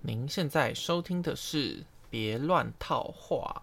您现在收听的是《别乱套话》。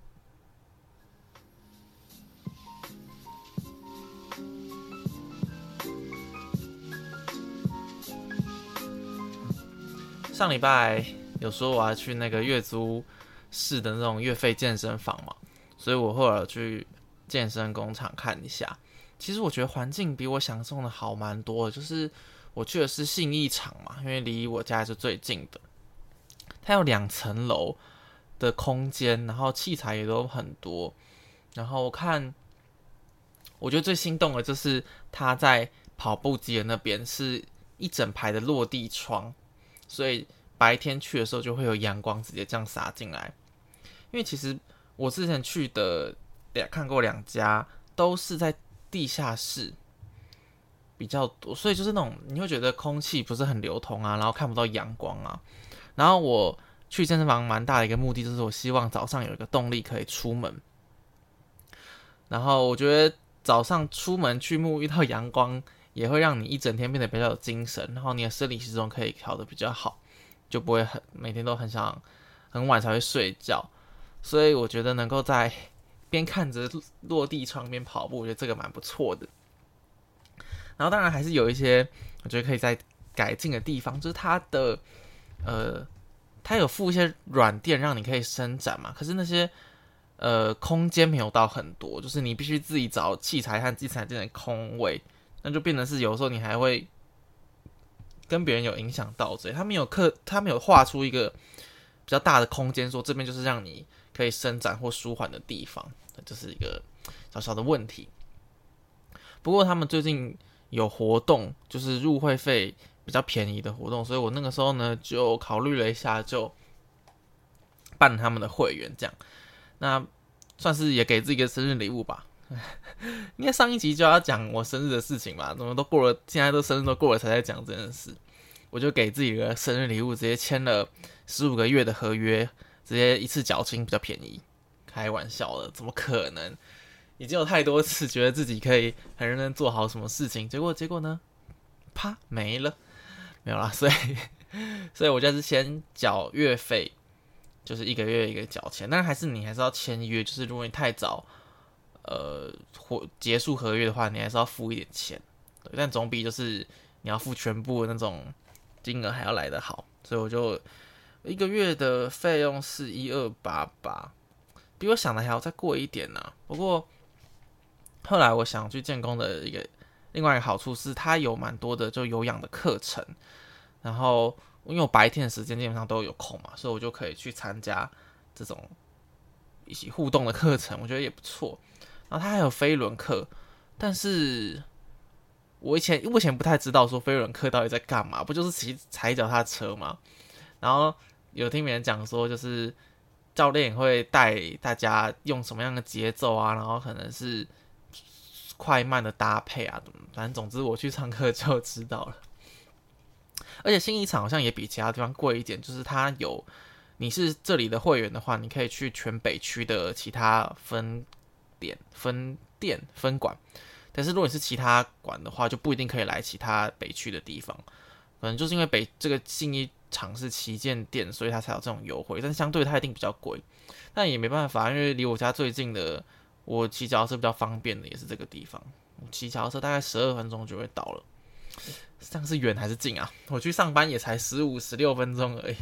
上礼拜有说我要去那个月租室的那种月费健身房嘛，所以我后来去健身工厂看一下。其实我觉得环境比我想象的好蛮多的，就是我去的是信义场嘛，因为离我家是最近的。它有2层楼的空间，然后器材也都很多。然后我觉得最心动的就是它在跑步机的那边是一整排的落地窗，所以白天去的时候就会有阳光直接这样洒进来。因为其实我之前去的看过2家都是在地下室比较多，所以就是那种你会觉得空气不是很流通啊，然后看不到阳光啊。然后我去健身房蛮大的一个目的就是我希望早上有一个动力可以出门。然后我觉得早上出门去沐浴到阳光，也会让你一整天变得比较有精神，然后你的生理时钟可以调得比较好，就不会每天都很晚才会睡觉。所以我觉得能够在边看着落地窗边跑步，我觉得这个蛮不错的。然后当然还是有一些我觉得可以再改进的地方，就是它有附一些软垫让你可以伸展嘛，可是那些空间没有到很多，就是你必须自己找器材和器材间的空位，那就变成是有时候你还会跟别人有影响到这。他没有画出一个比较大的空间，说这边就是让你可以伸展或舒缓的地方，这是一个小小的问题。不过他们最近有活动，就是入会费比较便宜的活动，所以我那个时候呢就考虑了一下，就办他们的会员这样。那算是也给自己一个生日礼物吧。应该上一集就要讲我生日的事情吧，怎么都过了，现在都生日都过了才在讲这件事。我就给自己一个生日礼物，直接签了15个月的合约，直接一次缴清比较便宜。开玩笑了，怎么可能？已经有太多次觉得自己可以很认真做好什么事情，结果呢，啪没了，没有啦。所以我就是先缴月费，就是1个月一个缴钱，但你还是要签约，就是如果你太早结束合约的话，你还是要付一点钱，对，但总比就是你要付全部的那种金额还要来得好，所以我就1个月的费用是1288，比我想的还要再贵一点呢。不过后来我想去建工的另外一个好处是，它有蛮多的就有氧的课程，然后因为我白天的时间基本上都有空嘛，所以我就可以去参加这种一起互动的课程，我觉得也不错。然后它还有飞轮课，但是我以前不太知道说飞轮课到底在干嘛，不就是踩脚踏车吗？然后有听别人讲说，就是教练会带大家用什么样的节奏啊，然后可能是快慢的搭配啊，反正总之我去上课就知道了。而且新一场好像也比其他地方贵一点，就是你是这里的会员的话，你可以去全北区的其他分店、分馆。但是如果你是其他馆的话，就不一定可以来其他北区的地方。可能就是因为这个信义场是旗舰店，所以它才有这种优惠。但是相对它一定比较贵，但也没办法，因为离我家最近的，我骑脚踏车比较方便的也是这个地方。我骑脚踏车大概12分钟就会到了，这样是远还是近啊？我去上班也才15、16分钟而已。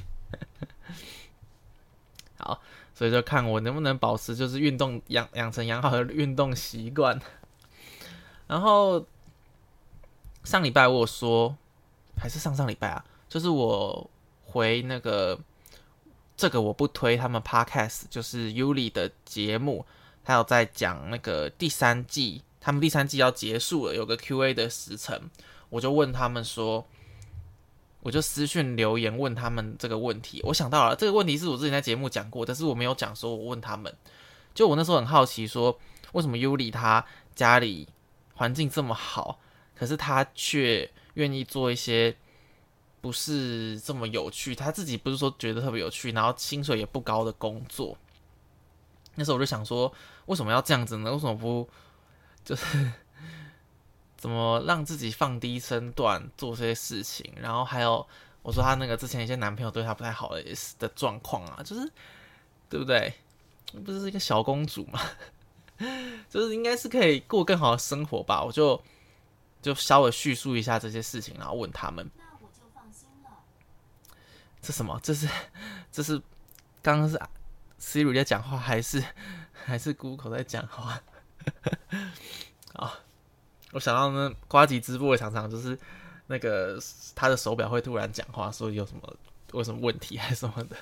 好，所以就看我能不能保持就是养成良好的运动习惯。然后上礼拜我有说，还是上上礼拜啊，就是我回这个我不推他们 podcast， 就是 Yuli 的节目，他有在讲那个第三季，他们第三季要结束了，有个 Q&A 的时程，我就问他们说。我就私讯留言问他们这个问题，我想到了这个问题是我之前在节目讲过，但是我没有讲说我问他们。就我那时候很好奇说，为什么 Yuli 他家里环境这么好，可是他却愿意做一些不是这么有趣，他自己不是说觉得特别有趣，然后薪水也不高的工作。那时候我就想说，为什么要这样子呢？为什么不就是怎么让自己放低身段做这些事情，然后还有我说她那个之前一些男朋友对她不太好的状况啊，就是对不对？不是一个小公主嘛，就是应该是可以过更好的生活吧。我就稍微叙述一下这些事情，然后问他们。 那我就放心了。 这什么？这是刚刚是 Siri 在讲话，还是 Google 在讲话？啊，我想到呢，呱吉直播也常常就是那个他的手表会突然讲话，说有什么问题还是什么的。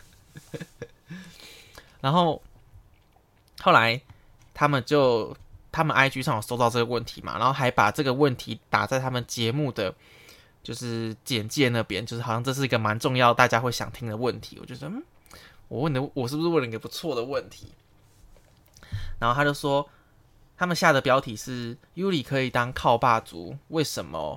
然后后来他们 IG 上有搜到这个问题嘛，然后还把这个问题打在他们节目的就是简介那边，就是好像这是一个蛮重要大家会想听的问题。我就说，我是不是问了一个不错的问题？然后他就说，他们下的标题是 Yuri 可以当靠霸族，为什么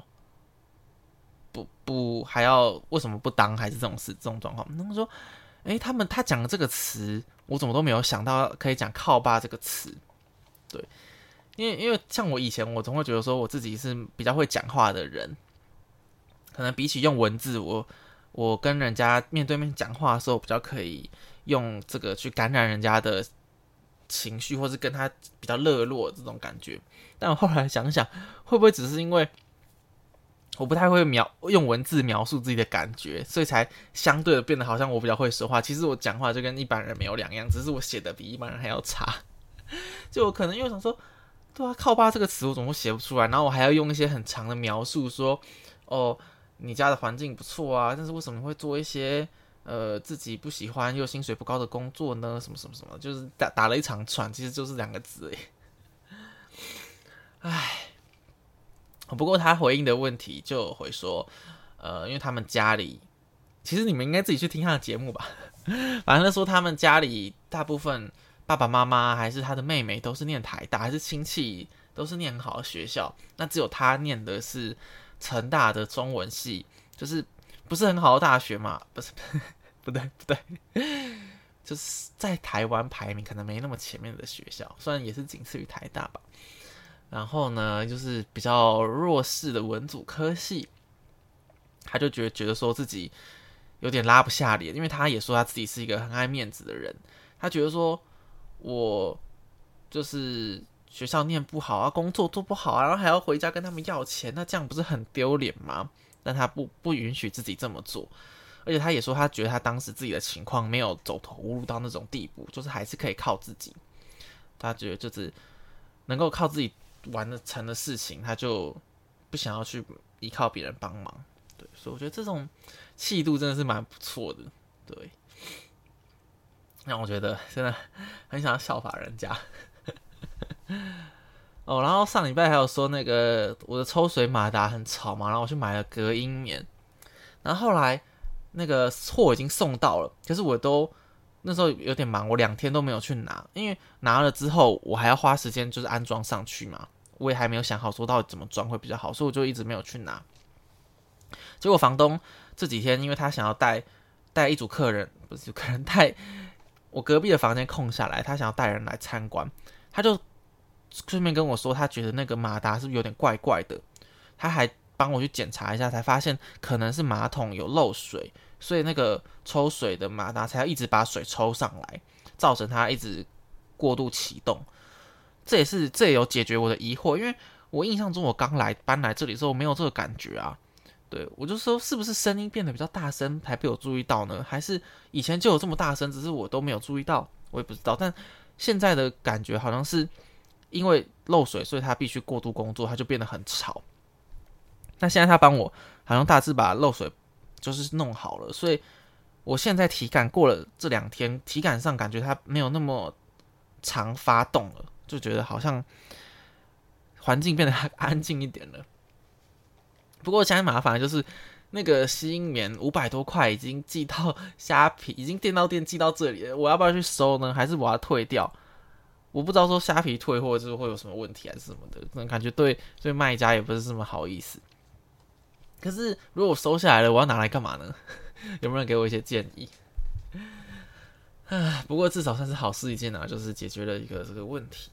不还要为什么不当？还是这种状况？他们说，他讲的这个词，我怎么都没有想到可以讲靠霸这个词。对，因为像我以前，我总会觉得说我自己是比较会讲话的人，可能比起用文字，我跟人家面对面讲话的时候，比较可以用这个去感染人家的情绪，或是跟他比较热络这种感觉。但我后来想想，会不会只是因为我不太会用文字描述自己的感觉，所以才相对的变得好像我比较会说话。其实我讲话就跟一般人没有两样，只是我写的比一般人还要差。就我可能因为想说，对啊，靠爸这个词我怎么写不出来，然后我还要用一些很长的描述说，哦，你家的环境不错啊，但是为什么会做一些自己不喜欢又薪水不高的工作呢？什么什么什么，就是打了一长串，其实就是2个字而已。唉。不过他回应的问题就有回说，因为他们家里，其实你们应该自己去听他的节目吧。反正他说他们家里大部分爸爸妈妈还是他的妹妹都是念台大，还是亲戚都是念很好的学校，那只有他念的是成大的中文系，就是不是很好的大学嘛？不是，不对，就是在台湾排名可能没那么前面的学校，虽然也是仅次于台大吧。然后呢，就是比较弱势的文组科系，他就觉得说自己有点拉不下脸，因为他也说他自己是一个很爱面子的人，他觉得说我就是学校念不好啊，工作做不好啊，然后还要回家跟他们要钱，那这样不是很丢脸吗？但他不允许自己这么做，而且他也说他觉得他当时自己的情况没有走投无路到那种地步，就是还是可以靠自己，他觉得就是能够靠自己完得成的事情，他就不想要去依靠别人帮忙。对，所以我觉得这种气度真的是蛮不错的。对，让我觉得真的很想要效法人家。哦，然后上礼拜还有说那个我的抽水马达很吵嘛，然后我去买了隔音棉，然后后来那个货已经送到了，可是那时候有点忙，我2天都没有去拿，因为拿了之后我还要花时间就是安装上去嘛，我也还没有想好说到底怎么装会比较好，所以我就一直没有去拿。结果房东这几天因为他想要带一组客人，不是客人，带我隔壁的房间空下来，他想要带人来参观，他就顺便跟我说，他觉得那个马达是不是有点怪怪的，他还帮我去检查一下，才发现可能是马桶有漏水，所以那个抽水的马达才要一直把水抽上来，造成它一直过度启动。这也有解决我的疑惑，因为我印象中我刚搬来这里的时候没有这个感觉啊。对，我就说是不是声音变得比较大声才被我注意到呢？还是以前就有这么大声，只是我都没有注意到，我也不知道。但现在的感觉好像是因为漏水，所以它必须过度工作，它就变得很吵。那现在他帮我好像大致把漏水就是弄好了，所以我现在体感过了这2天，体感上感觉它没有那么常发动了，就觉得好像环境变得安静一点了。不过现在麻烦的就是那个吸音棉500多块已经寄到虾皮，已经电到店寄到这里了，我要不要去收呢？还是我要退掉？我不知道说虾皮退货就是会有什么问题还是什么的，可能感觉对卖家也不是这么好意思。可是如果我收下来了，我要拿来干嘛呢？有没有人给我一些建议？不过至少算是好事一件啊，就是解决了一个这个问题。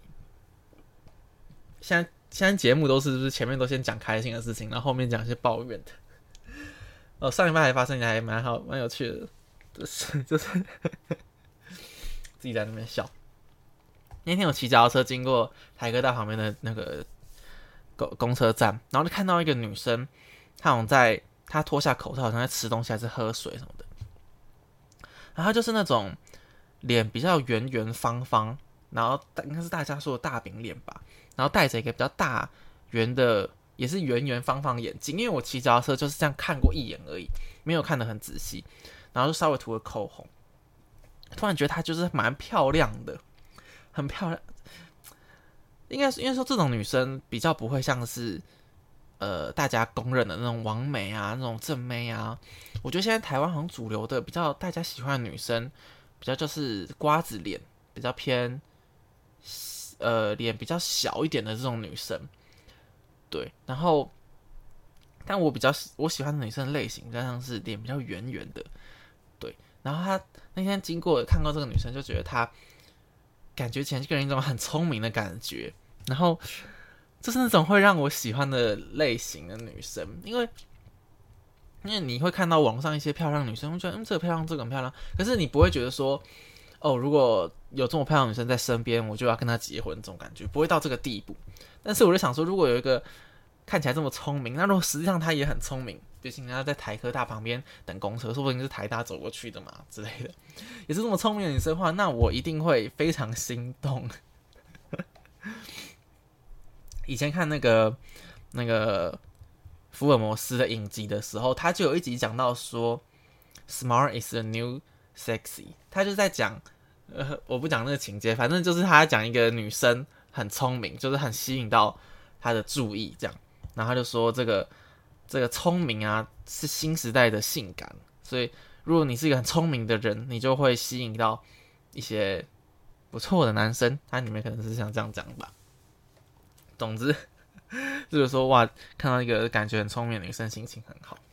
现在节目都是不是前面都先讲开心的事情，然后后面讲一些抱怨的？ 上礼拜还发生一个还蛮有趣的，就是自己在那边笑。那天我骑脚踏车经过台科大旁边的那个公车站，然后就看到一个女生，她好像她脱下口罩，好像在吃东西还是喝水什么的。然后她就是那种脸比较圆圆方方，然后应该是大家说的大饼脸吧，然后戴着一个比较大圆的，也是圆圆方方眼镜。因为我骑脚踏车就是这样看过一眼而已，没有看得很仔细，然后就稍微涂了口红。突然觉得她就是蛮漂亮的，很漂亮。应该说这种女生比较不会像是大家公认的那种网美啊，那种正妹啊。我觉得现在台湾好像主流的比较大家喜欢的女生，比较就是瓜子脸，比较偏脸比较小一点的这种女生。对，然后但我喜欢的女生的类型，比较像是脸比较圆圆的。对，然后她那天经过看到这个女生，就觉得她感觉起来就给人一种很聪明的感觉，然后就是那种会让我喜欢的类型的女生。因为你会看到网上一些漂亮女生，会觉得这个漂亮，这个很漂亮，可是你不会觉得说，哦，如果有这么漂亮的女生在身边，我就要跟她结婚，这种感觉不会到这个地步。但是我就想说，如果有一个看起来这么聪明，那如果实际上她也很聪明，就是人家在台科大旁边等公车，说不定是台大走过去的嘛之类的，也是这么聪明的女生的话，那我一定会非常心动。以前看那个福尔摩斯的影集的时候，他就有一集讲到说 ，smart is the new sexy。他就在讲，我不讲那个情节，反正就是他讲一个女生很聪明，就是很吸引到他的注意，这样。然后他就说这个聪明啊，是新时代的性感，所以如果你是一个很聪明的人，你就会吸引到一些不错的男生。他里面可能是像这样讲吧。总之，就是说哇，看到一个感觉很聪明的女生，心情很好。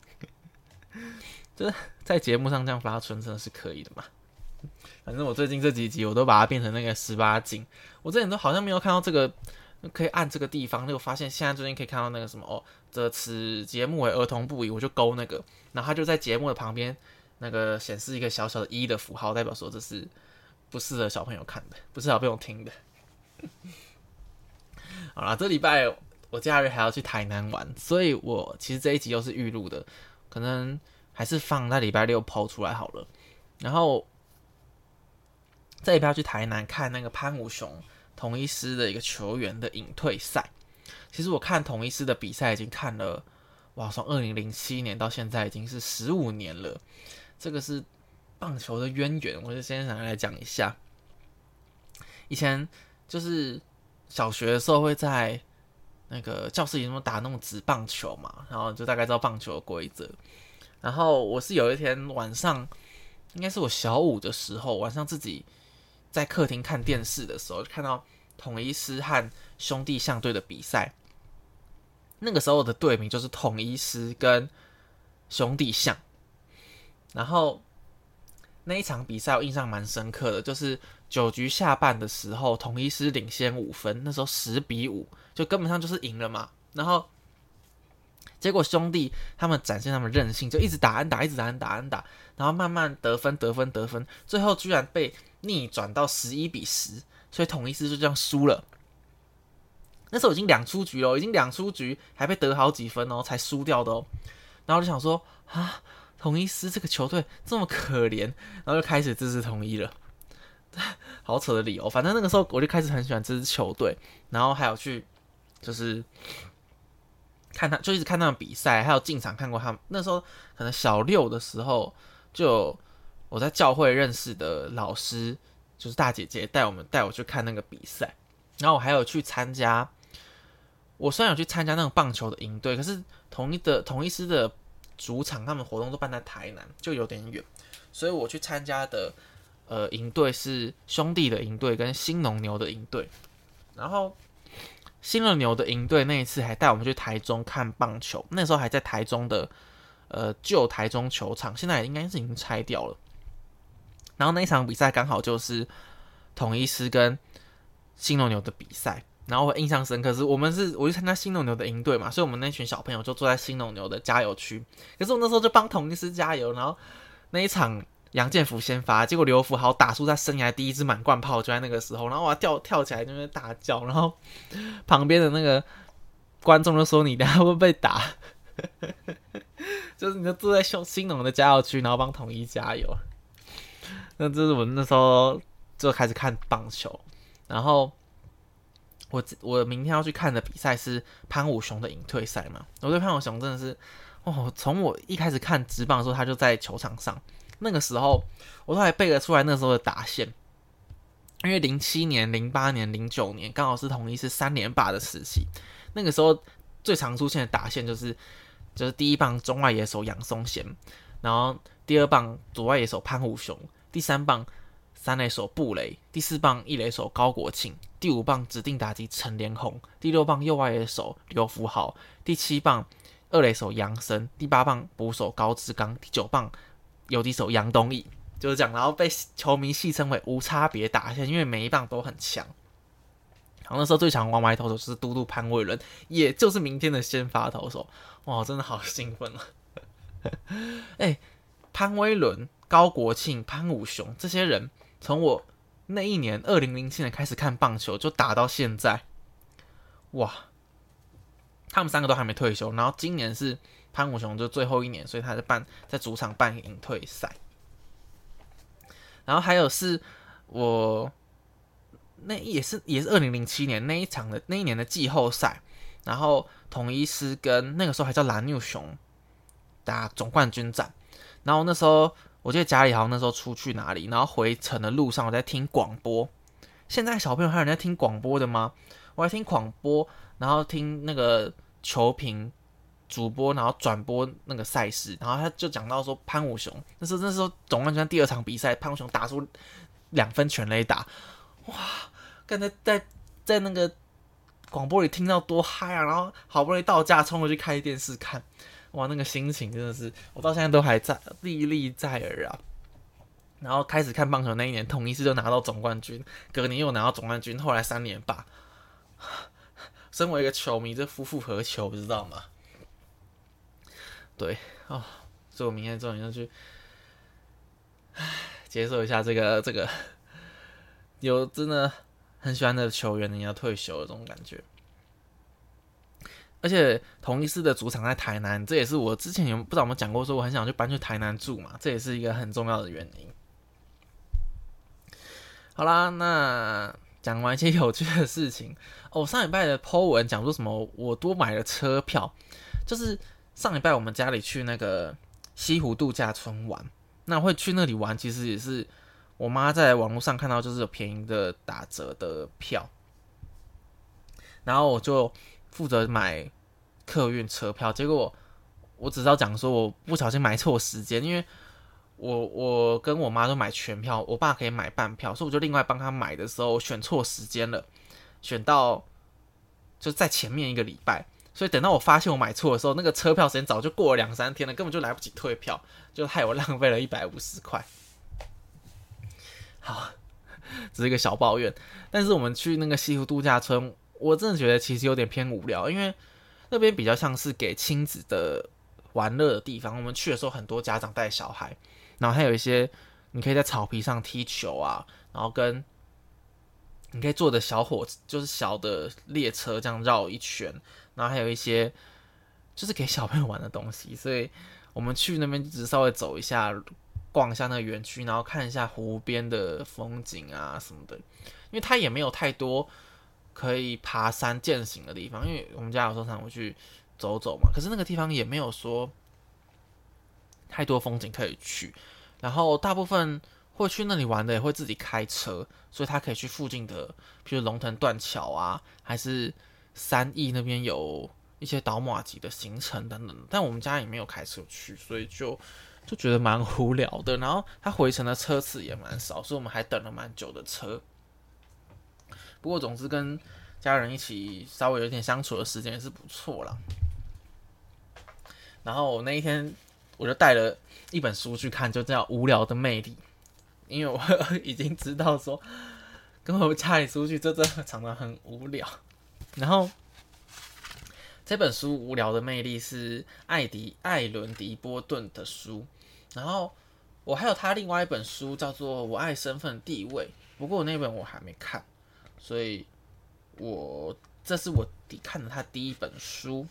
就是在节目上这样发春，真的是可以的嘛。反正我最近这几集我都把它变成那个18禁。我之前都好像没有看到这个可以按这个地方，结果发现现在最近可以看到那个什么这此节目为儿童不宜，我就勾那个，然后它就在节目的旁边那个显示一个小小的1的符号，代表说这是不适合小朋友看的，不是小朋友听的。好啦，这礼拜我假日还要去台南玩，所以我其实这一集又是预录的，可能还是放在礼拜6 PO 出来好了。然后这礼拜要去台南看那个潘武雄统一狮的一个球员的隐退赛。其实我看统一狮的比赛已经看了，哇，从2007年到现在已经是15年了。这个是棒球的渊源，我就先想来讲一下。以前就是小学的时候会在那个教室里面打那种纸棒球嘛，然后就大概知道棒球的规则。然后我是有一天晚上，应该是我小5的时候，晚上自己在客厅看电视的时候，就看到统一狮和兄弟象队的比赛。那个时候的队名就是统一狮跟兄弟象。然后那一场比赛我印象蛮深刻的，就是9局下半的时候，统一狮领先5分，那时候10-5，就根本上就是赢了嘛。然后结果兄弟他们展现他们韧性，就一直打安打，一直打安打，然后慢慢得分，最后居然被逆转到11-10，所以统一狮就这样输了。那时候已经2出局了，已经2出局还被得好几分哦，才输掉的哦。然后就想说啊，统一狮这个球队这么可怜，然后就开始支持统一了。好扯的理由，反正那个时候我就开始很喜欢这支球队，然后还有去就是看他，就一直看他们比赛，还有进场看过他们。那时候可能小6的时候，就有我在教会认识的老师，就是大姐姐带我去看那个比赛，然后我还有去参加。我虽然有去参加那种棒球的营队，可是统一狮的主场他们活动都办在台南，就有点远，所以我去参加的营队是兄弟的营队跟兴农牛的营队。然后兴农牛的营队那一次还带我们去台中看棒球，那时候还在台中的旧台中球场，现在应该是已经拆掉了。然后那一场比赛刚好就是统一狮跟兴农牛的比赛。 然后我印象深刻是我去参加新农牛的营队嘛，所以我们那群小朋友就坐在新农牛的加油区。可是我那时候就帮统一狮加油，然后那一场杨建福先发，结果刘福豪打出他生涯第一支满贯炮，就在那个时候，然后我跳起来在那边大叫，然后旁边的那个观众就说：“你等下会不会被打？”就是你就坐在新农的加油区，然后帮统一加油。那这是我那时候就开始看棒球，然后。我明天要去看的比赛是潘武雄的引退赛嘛？我对潘武雄真的是，从我一开始看职棒的时候，他就在球场上，那个时候我都还背得出来那时候的打线，因为07年、08年、09年刚好是统一是3连霸的时期，那个时候最常出现的打线就是第一棒中外野手杨松贤，然后第二棒左外野手潘武雄，第三棒三垒手布雷，第四棒一垒手高国庆，第五棒指定打击陈连宏，第六棒右外野手刘福豪，第七棒二垒手杨森，第八棒捕手高志刚，第九棒游击手杨东义，就是这样，然后被球迷戏称为无差别打线，因为每一棒都很强。然后那时候最强王牌投手就是嘟嘟潘威伦，也就是明天的先发投手。哇，真的好兴奋啊！潘威伦、高国庆、潘武雄这些人。从我那一年2007年开始看棒球，就打到现在，哇！他们3个都还没退休，然后今年是潘武雄就最后一年，所以他在主场办引退赛。然后还有是我那也是2007年那一年的季后赛，然后统一狮跟那个时候还叫蓝牛熊打总冠军战，然后那时候。我记得家里好像那时候出去哪里，然后回程的路上我在听广播。现在小朋友还有人在听广播的吗？我在听广播，然后听那个球评主播，然后转播那个赛事，然后他就讲到说潘武雄那时候总冠军第2场比赛，潘武雄打出2分全垒打，哇！刚才在那个广播里听到多嗨啊！然后好不容易到家，冲过去开电视看。哇，那个心情真的是，我到现在都还在历历在耳啊。然后开始看棒球那一年，统一狮就拿到总冠军，隔年又拿到总冠军，后来3连霸。身为一个球迷，这夫复何求，知道吗？对所以我明天终于要去接受一下这个有真的很喜欢的球员，你要退休的这种感觉。而且统一狮的主场在台南，这也是我之前不知道有没有讲过，说我很想去搬去台南住嘛，这也是一个很重要的原因。好啦，那讲完一些有趣的事情我上礼拜的 po 文讲说什么，我多买了车票，就是上礼拜我们家里去那个西湖度假村玩，那会去那里玩，其实也是我妈在网络上看到就是有便宜的打折的票，然后我就负责买客运车票，结果我只知道讲说我不小心买错时间，因为我跟我妈都买全票，我爸可以买半票，所以我就另外帮他买的时候选错时间了，选到就在前面1个礼拜，所以等到我发现我买错的时候，那个车票时间早就过了2-3天了，根本就来不及退票，就害我浪费了150块。好，只是一个小抱怨。但是我们去那个西湖度假村，我真的觉得其实有点偏无聊，因为那边比较像是给亲子的玩乐的地方。我们去的时候，很多家长带小孩，然后还有一些你可以在草皮上踢球啊，然后跟你可以坐的就是小的列车这样绕一圈，然后还有一些就是给小朋友玩的东西。所以我们去那边只是稍微走一下，逛一下那个园区，然后看一下湖边的风景啊什么的。因为它也没有太多可以爬山健行的地方，因为我们家有时候常会去走走嘛，可是那个地方也没有说太多风景可以去，然后大部分会去那里玩的也会自己开车，所以他可以去附近的，譬如龙腾断桥啊，还是三义那边有一些倒马吉的行程等等，但我们家也没有开车去，所以就觉得蛮无聊的。然后他回程的车次也蛮少，所以我们还等了蛮久的车。不过总之跟家人一起稍微有点相处的时间也是不错啦。然后我那一天我就带了一本书去看，就叫《无聊的魅力》，因为我已经知道说跟我家里出去这真的常常很无聊。 然后这本书无聊的魅力是艾伦迪波顿的书，然后我还有他另外一本书叫做《我爱身份地位》，不过我那本我还没看，所以这是我看的他第一本书。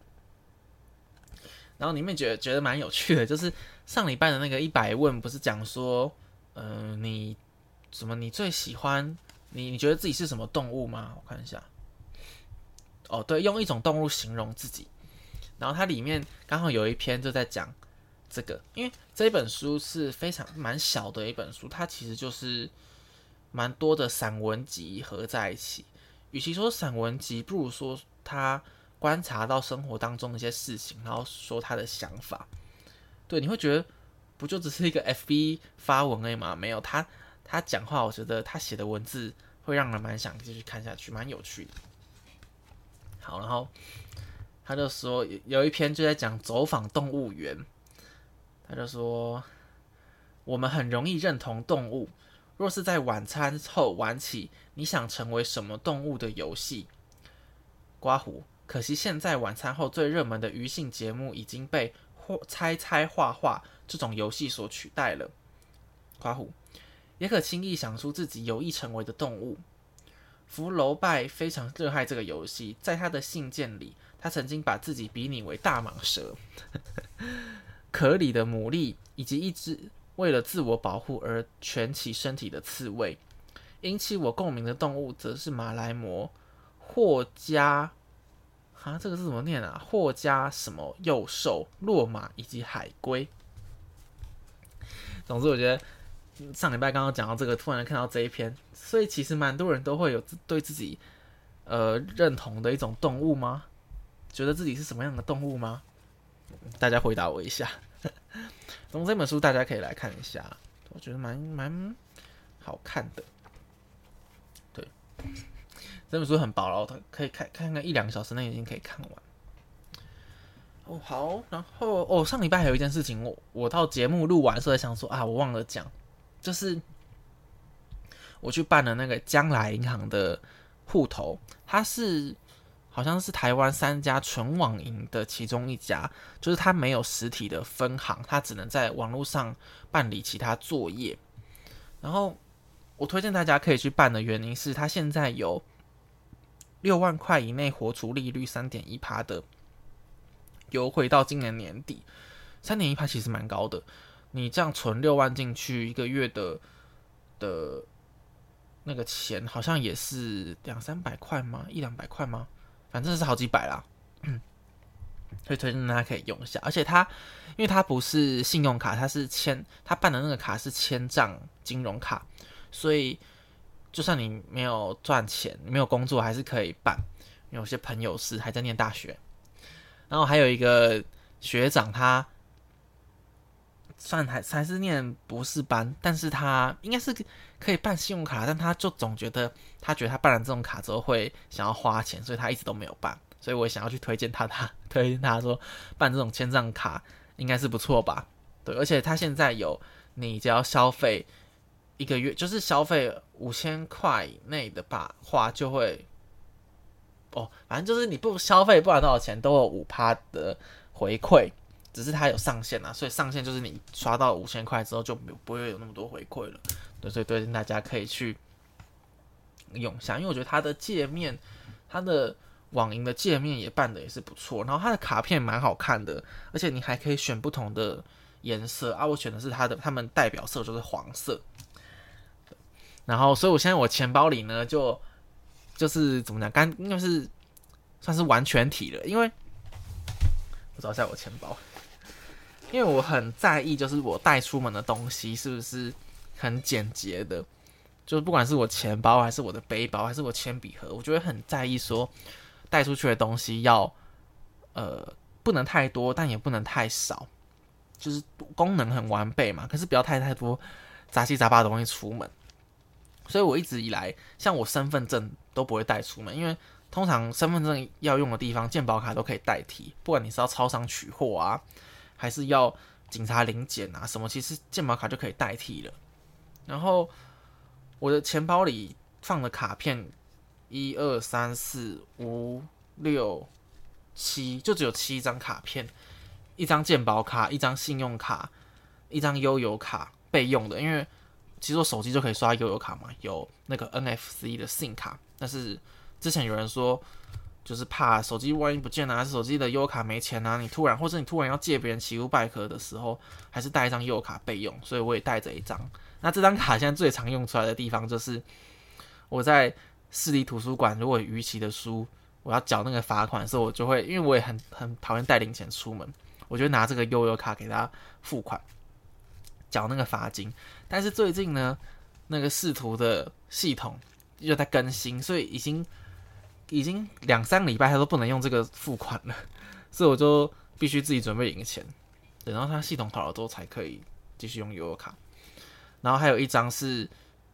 然后里面觉得蛮有趣的，就是上礼拜的那个100问，不是讲说，你最喜欢你觉得自己是什么动物吗？我看一下，哦，对，用一种动物形容自己。然后它里面刚好有一篇就在讲这个，因为这本书是蛮小的一本书，它其实就是蛮多的散文集合在一起。与其说散文集，不如说他观察到生活当中的一些事情，然后说他的想法。对，你会觉得不就只是一个 FB 发文而已吗？没有，他讲话，我觉得他写的文字会让人蛮想继续看下去，蛮有趣的。好，然后他就说有一篇就在讲走访动物园，他就说我们很容易认同动物，若是在晚餐后玩起你想成为什么动物的游戏，刮胡。可惜现在晚餐后最热门的娱性节目已经被猜猜画画这种游戏所取代了。刮胡也可轻易想出自己有意成为的动物。福楼拜非常热爱这个游戏，在他的信件里，他曾经把自己比拟为大蟒蛇、壳里的牡蛎，以及一只为了自我保护而蜷起身体的刺猬。引起我共鸣的动物则是马来貘、霍加这个是怎么念啊？霍加什么幼兽、骆马以及海龟。总之，我觉得上礼拜刚刚讲到这个，突然看到这一篇，所以其实蛮多人都会有对自己认同的一种动物吗？觉得自己是什么样的动物吗？大家回答我一下。从这本书大家可以来看一下，我觉得蛮好看的。对，这本书很薄了，可以看个1-2个小时内已经可以看完。哦，好，然后上礼拜还有一件事情，我到节目录完的时候想说我忘了讲，就是我去办了那个将来银行的户头，它是好像是台湾3家纯网银的其中一家，就是它没有实体的分行，它只能在网络上办理其他作业。然后我推荐大家可以去办的原因是，它现在有6万块以内活储利率 3.1% 的优惠到今年年底。 3.1% 其实蛮高的，你这样存6万进去，一个月的那个钱好像也是200-300块吗？100-200块吗？反正是好几百啦。所以推荐大家可以用一下。而且因为它不是信用卡，它办的那个卡是签账金融卡，所以就算你没有赚钱、没有工作，还是可以办。有些朋友是还在念大学，然后还有一个学长，他算还是念博士班，但是他应该是可以办信用卡，但他就总觉得他办了这种卡之后会想要花钱，所以他一直都没有办。所以我也想要去推荐他说办这种签账卡应该是不错吧？对，而且他现在你只要消费1个月，就是消费5000块以内的话就会反正就是你不消费不管多少钱都有5%的回馈，只是它有上限所以上限就是你刷到5000块之后就不会有那么多回馈了。对，所以推荐大家可以去用一下，因为我觉得它的界面，它的网银的界面也办的也是不错，然后它的卡片蛮好看的，而且你还可以选不同的颜色我选的是他们代表色就是黄色。然后所以我现在我钱包里呢就是怎么讲，应该是算是完全体了，因为我找一下我钱包，因为我很在意就是我带出门的东西是不是很简洁的，就是不管是我钱包还是我的背包还是我铅笔盒，我就会很在意说带出去的东西要不能太多，但也不能太少，就是功能很完备嘛，可是不要太多杂七杂八的东西出门。所以我一直以来，像我身份证都不会带出门，因为通常身份证要用的地方，健保卡都可以代替。不管你是要超商取货还是要警察临检什么，其实健保卡就可以代替了。然后我的钱包里放的卡片 1、2、3、4、5、6、7，就只有7张卡片，一张健保卡，一张信用卡，一张悠游卡备用的，因为其实我手机就可以刷悠游卡嘛，有那个 NFC 的 SIM 卡，但是之前有人说，就是怕手机万一不见了，还是手机的悠游卡没钱啊，或者你突然要借别人骑500的时候，还是带一张悠游卡备用，所以我也带着一张。那这张卡现在最常用出来的地方就是我在市立图书馆，如果有逾期的书，我要缴那个罚款的时候，我就会，因为我也很讨厌带零钱出门，我就会拿这个悠游卡给他付款，缴那个罚金。但是最近呢，那个视图的系统又在更新，所以已经2-3礼拜他都不能用这个付款了，所以我就必须自己准备零钱，等到他系统好了之后才可以继续用悠游卡。然后还有一张是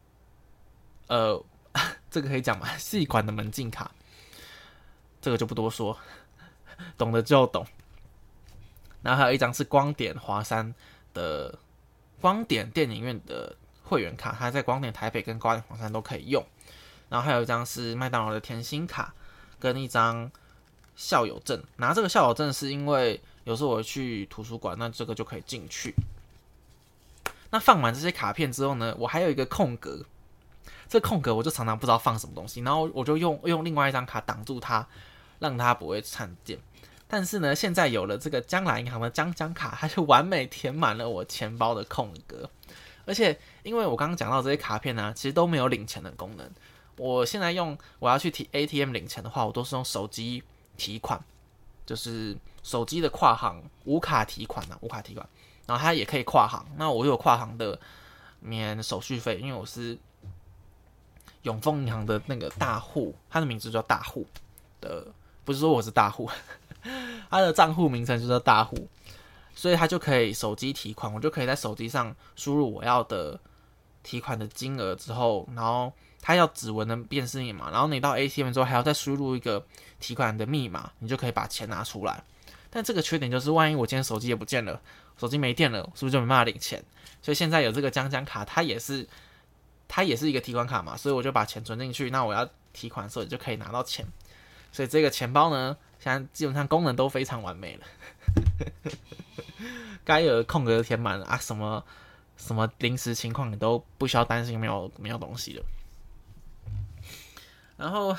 这个可以讲吗？系馆的门禁卡，这个就不多说，懂的就懂。然后还有一张是光点华山的光点电影院的会员卡，它在光点台北跟光点华山都可以用。然后还有一张是麦当劳的甜心卡，跟一张校友证。拿这个校友证是因为有时候我去图书馆，那这个就可以进去。那放完这些卡片之后呢，我还有一个空格，这空格我就常常不知道放什么东西，然后我就用另外一张卡挡住它，让它不会看见。但是呢，现在有了这个将来银行的将卡，它就完美填满了我钱包的空格。而且因为我刚刚讲到这些卡片呢，其实都没有领钱的功能。我现在我要去ATM 领钱的话，我都是用手机提款，就是手机的跨行无卡提款，然后它也可以跨行。那我有跨行的免手续费，因为我是永丰银行的那个大户，它的名字叫大户的，不是说我是大户，它的账户名称就叫大户，所以它就可以手机提款，我就可以在手机上输入我要的提款的金额之后，然后它要指纹的辨识密码，然后你到 ATM 之后还要再输入一个提款的密码，你就可以把钱拿出来。但这个缺点就是，万一我今天手机也不见了，手机没电了，是不是就没办法领钱？所以现在有这个将卡，它也是一个提款卡嘛，所以我就把钱存进去，那我要提款的时候你就可以拿到钱。所以这个钱包呢，现在基本上功能都非常完美了，该有的空格填满了啊，什么临时情况你都不需要担心没有东西了。然后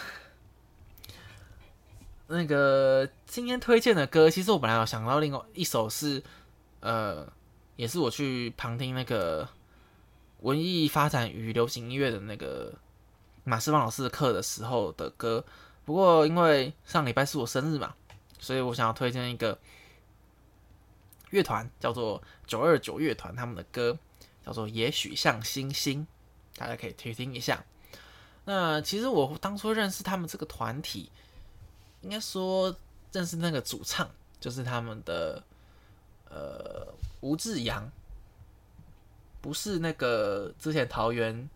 那个今天推荐的歌，其实我本来有想到另外一首是也是我去旁听那个文艺发展与流行音乐的那个马世芳老师的课的时候的歌。不过因为上礼拜是我生日嘛，所以我想要推荐一个乐团，叫做929乐团，他们的歌叫做《也许像星星》，大家可以听一下。那其实我当初认识他们这个团体，应该说认识那个主唱，就是他们的吴志阳，不是那个之前桃园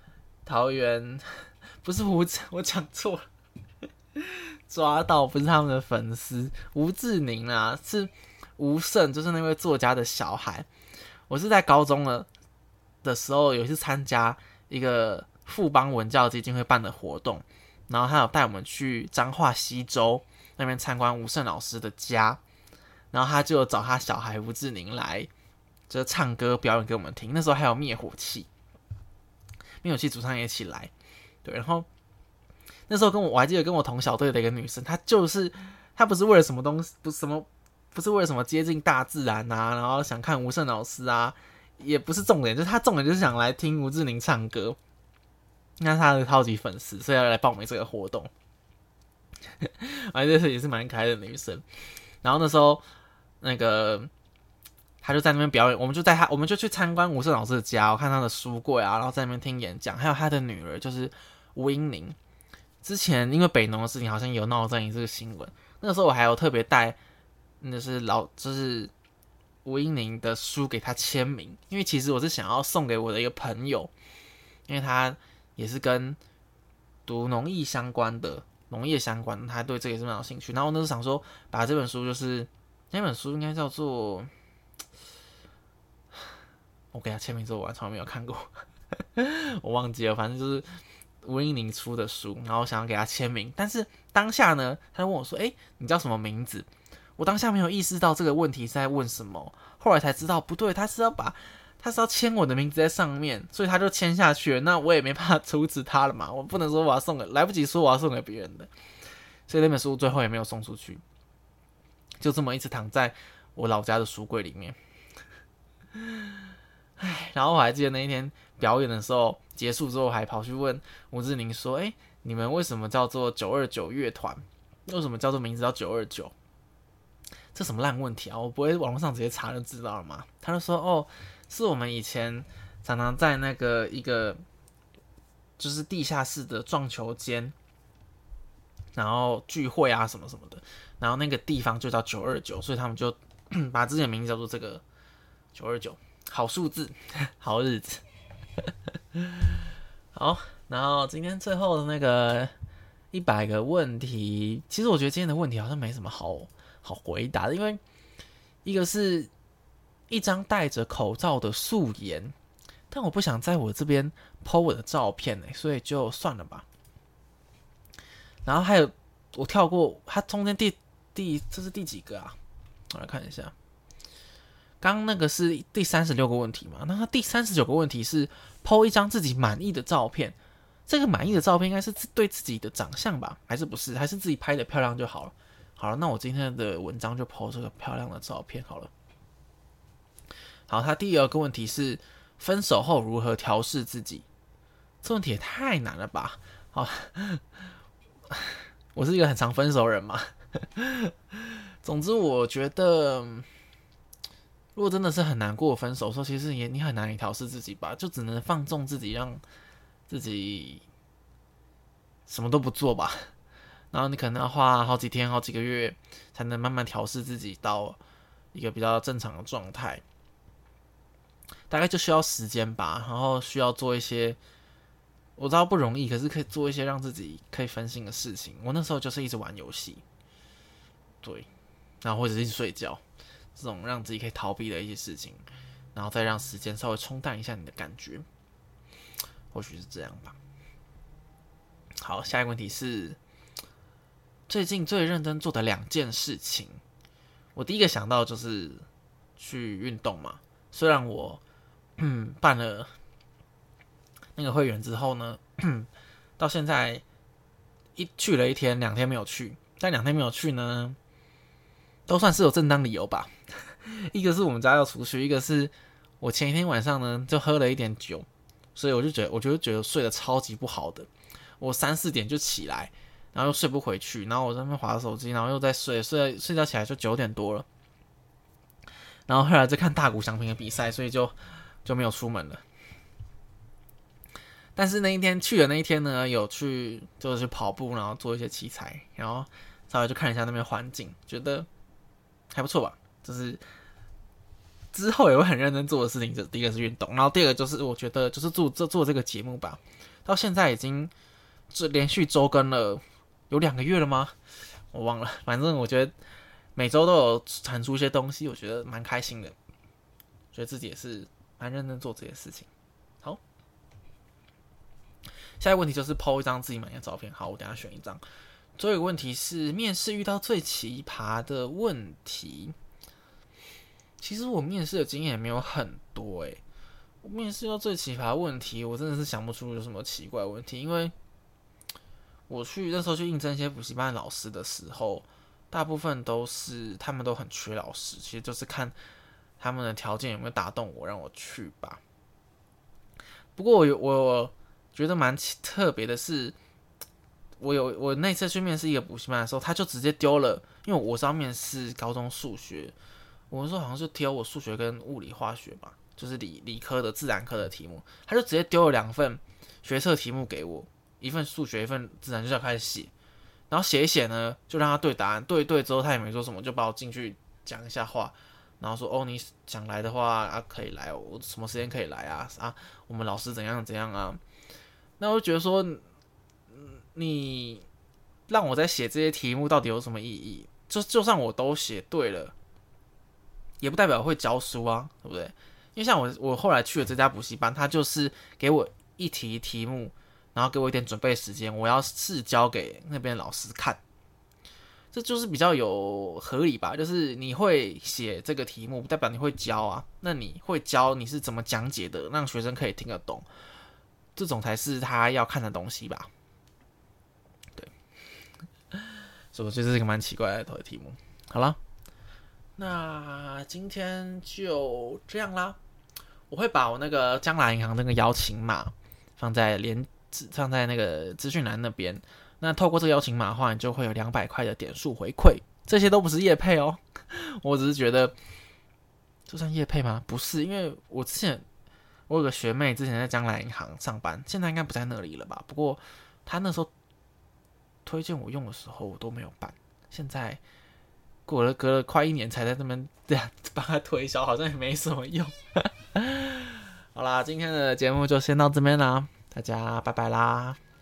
不是我讲错了。抓到，不是他们的粉丝吴志宁啊，是吴胜，就是那位作家的小孩。我是在高中的时候有一次参加一个富邦文教基金会办的活动，然后他有带我们去彰化溪州那边参观吴胜老师的家，然后他就找他小孩吴志宁来，就是唱歌表演给我们听。那时候还有灭火器主唱也一起来，对，然后。那时候我还记得跟我同小队的一个女生，她不是为了什么东西，不是为了什么接近大自然啊，然后想看吴胜老师啊，也不是重点，就是她重点就是想来听吴志宁唱歌，那她的超级粉丝，所以要来报名这个活动。反正也是蛮可爱的女生。然后那时候那个她就在那边表演，我们就去参观吴胜老师的家，我看他的书柜啊，然后在那边听演讲，还有他的女儿就是吴英宁。之前因为北农的事情好像有闹争议这个新闻，那个时候我还有特别带，就是吴英宁的书给他签名，因为其实我是想要送给我的一个朋友，因为他也是跟读农业相关的，他对这个也是蛮有兴趣。然后我那时候想说，把这本书就是那本书应该叫做，我给他签名之后我完全没有看过，我忘记了，反正就是。 吴英宁出的书，然后想要给他签名，但是当下呢，他就问我说：“你叫什么名字？”我当下没有意识到这个问题是在问什么，后来才知道不对，他是要签我的名字在上面，所以他就签下去了。那我也没办法阻止他了嘛，我不能说我要送给，来不及说我要送给别人的，所以那本书最后也没有送出去，就这么一直躺在我老家的书柜里面。然后我还记得那一天表演的时候结束之后，还跑去问吴志宁说：“你们为什么叫做929乐团？为什么叫做名字叫929？这什么烂问题啊！我不会网络上直接查就知道了嘛。”他就说：“是我们以前常常在那个一个就是地下室的撞球间，然后聚会啊什么什么的，然后那个地方就叫929，所以他们就把自己的名字叫做这个929。”好数字，好日子。好，然后今天最后的那个100个问题，其实我觉得今天的问题好像没什么好回答的，因为一个是一张戴着口罩的素颜，但我不想在我这边 po 我的照片所以就算了吧。然后还有我跳过，它中间这是第几个啊？我来看一下。刚刚那个是第36个问题嘛？那他第39个问题是 po 一张自己满意的照片。这个满意的照片应该是对自己的长相吧？还是不是？还是自己拍的漂亮就好了？好了，那我今天的文章就 po 这个漂亮的照片好了。好，他第2个问题是分手后如何调试自己？这问题也太难了吧？好，我是一个很常分手人嘛。总之，我觉得。如果真的是很难过分手的时候，其实你很难调试自己吧，就只能放纵自己，让自己什么都不做吧。然后你可能要花好几天、好几个月，才能慢慢调试自己到一个比较正常的状态。大概就需要时间吧，然后需要做一些我知道不容易，可是可以做一些让自己可以分心的事情。我那时候就是一直玩游戏，对，然后或者是一直睡觉。这种让自己可以逃避的一些事情，然后再让时间稍微冲淡一下你的感觉，或许是这样吧。好，下一个问题是最近最认真做的2件事情。我第一个想到就是去运动嘛，虽然我办了那个会员之后呢，到现在去了1天，2天没有去，但2天没有去呢，都算是有正当理由吧。一个是我们家要出去，一个是我前一天晚上呢就喝了一点酒，所以我就觉得睡得超级不好的。我3、4点就起来，然后又睡不回去，然后我在那边滑手机，然后又在睡觉起来就9点多了。然后后来在看大谷翔平的比赛，所以就没有出门了。但是那一天去的那一天呢，有就是去跑步，然后做一些器材，然后稍微就看一下那边环境，觉得还不错吧。就是之后也会很认真做的事情，第一个是运动，然后第二个就是我觉得就是做这个节目吧。到现在已经连续周更了，有2个月了吗？我忘了，反正我觉得每周都有产出一些东西，我觉得蛮开心的，觉得自己也是蛮认真做这些事情。好，下一个问题就是 po 一张自己满意的照片。好，我等一下选一张。最后一个问题是面试遇到最奇葩的问题。其实我面试的经验也没有很多我面试到最奇葩的问题，我真的是想不出有什么奇怪的问题，因为我那时候去应征一些补习班的老师的时候，大部分都是他们都很缺老师，其实就是看他们的条件有没有打动我，让我去吧。不过我觉得蛮特别的是，我那次去面试一个补习班的时候，他就直接丢了，因为我是要面试高中数学。我们说好像是丢我数学跟物理化学吧，就是理科的自然科的题目，他就直接丢了2份学测题目给我，一份数学，一份自然，就要开始写。然后写一写呢，就让他对答案，对一对之后他也没说什么，就把我进去讲一下话，然后说你想来的话可以来，我什么时间可以来啊？我们老师怎样怎样啊？那我就觉得说，你让我在写这些题目到底有什么意义？就算我都写对了。也不代表会教书啊，对不对？因为像我后来去的这家补习班，他就是给我一题题目， 然后给我一点准备时间，我要试教给那边老师看。这就是比较有合理吧，就是你会写这个题目，不代表你会教啊。那你会教，你是怎么讲解的，让学生可以听得懂，这种才是他要看的东西吧？对，所以我觉得这是一个蛮奇怪的题目。好了，那今天就这样啦。我会把我那个将来银行那个邀请码放在那个资讯栏那边。那透过这个邀请码的话，你就会有200块的点数回馈，这些都不是业配哦，我只是觉得，这算业配吗？不是，因为我有个学妹之前在将来银行上班，现在应该不在那里了吧？不过她那时候推荐我用的时候，我都没有办，现在隔了快1年才在这边这样帮她推销，好像也没什么用。好啦，今天的节目就先到这边啦，大家拜拜啦。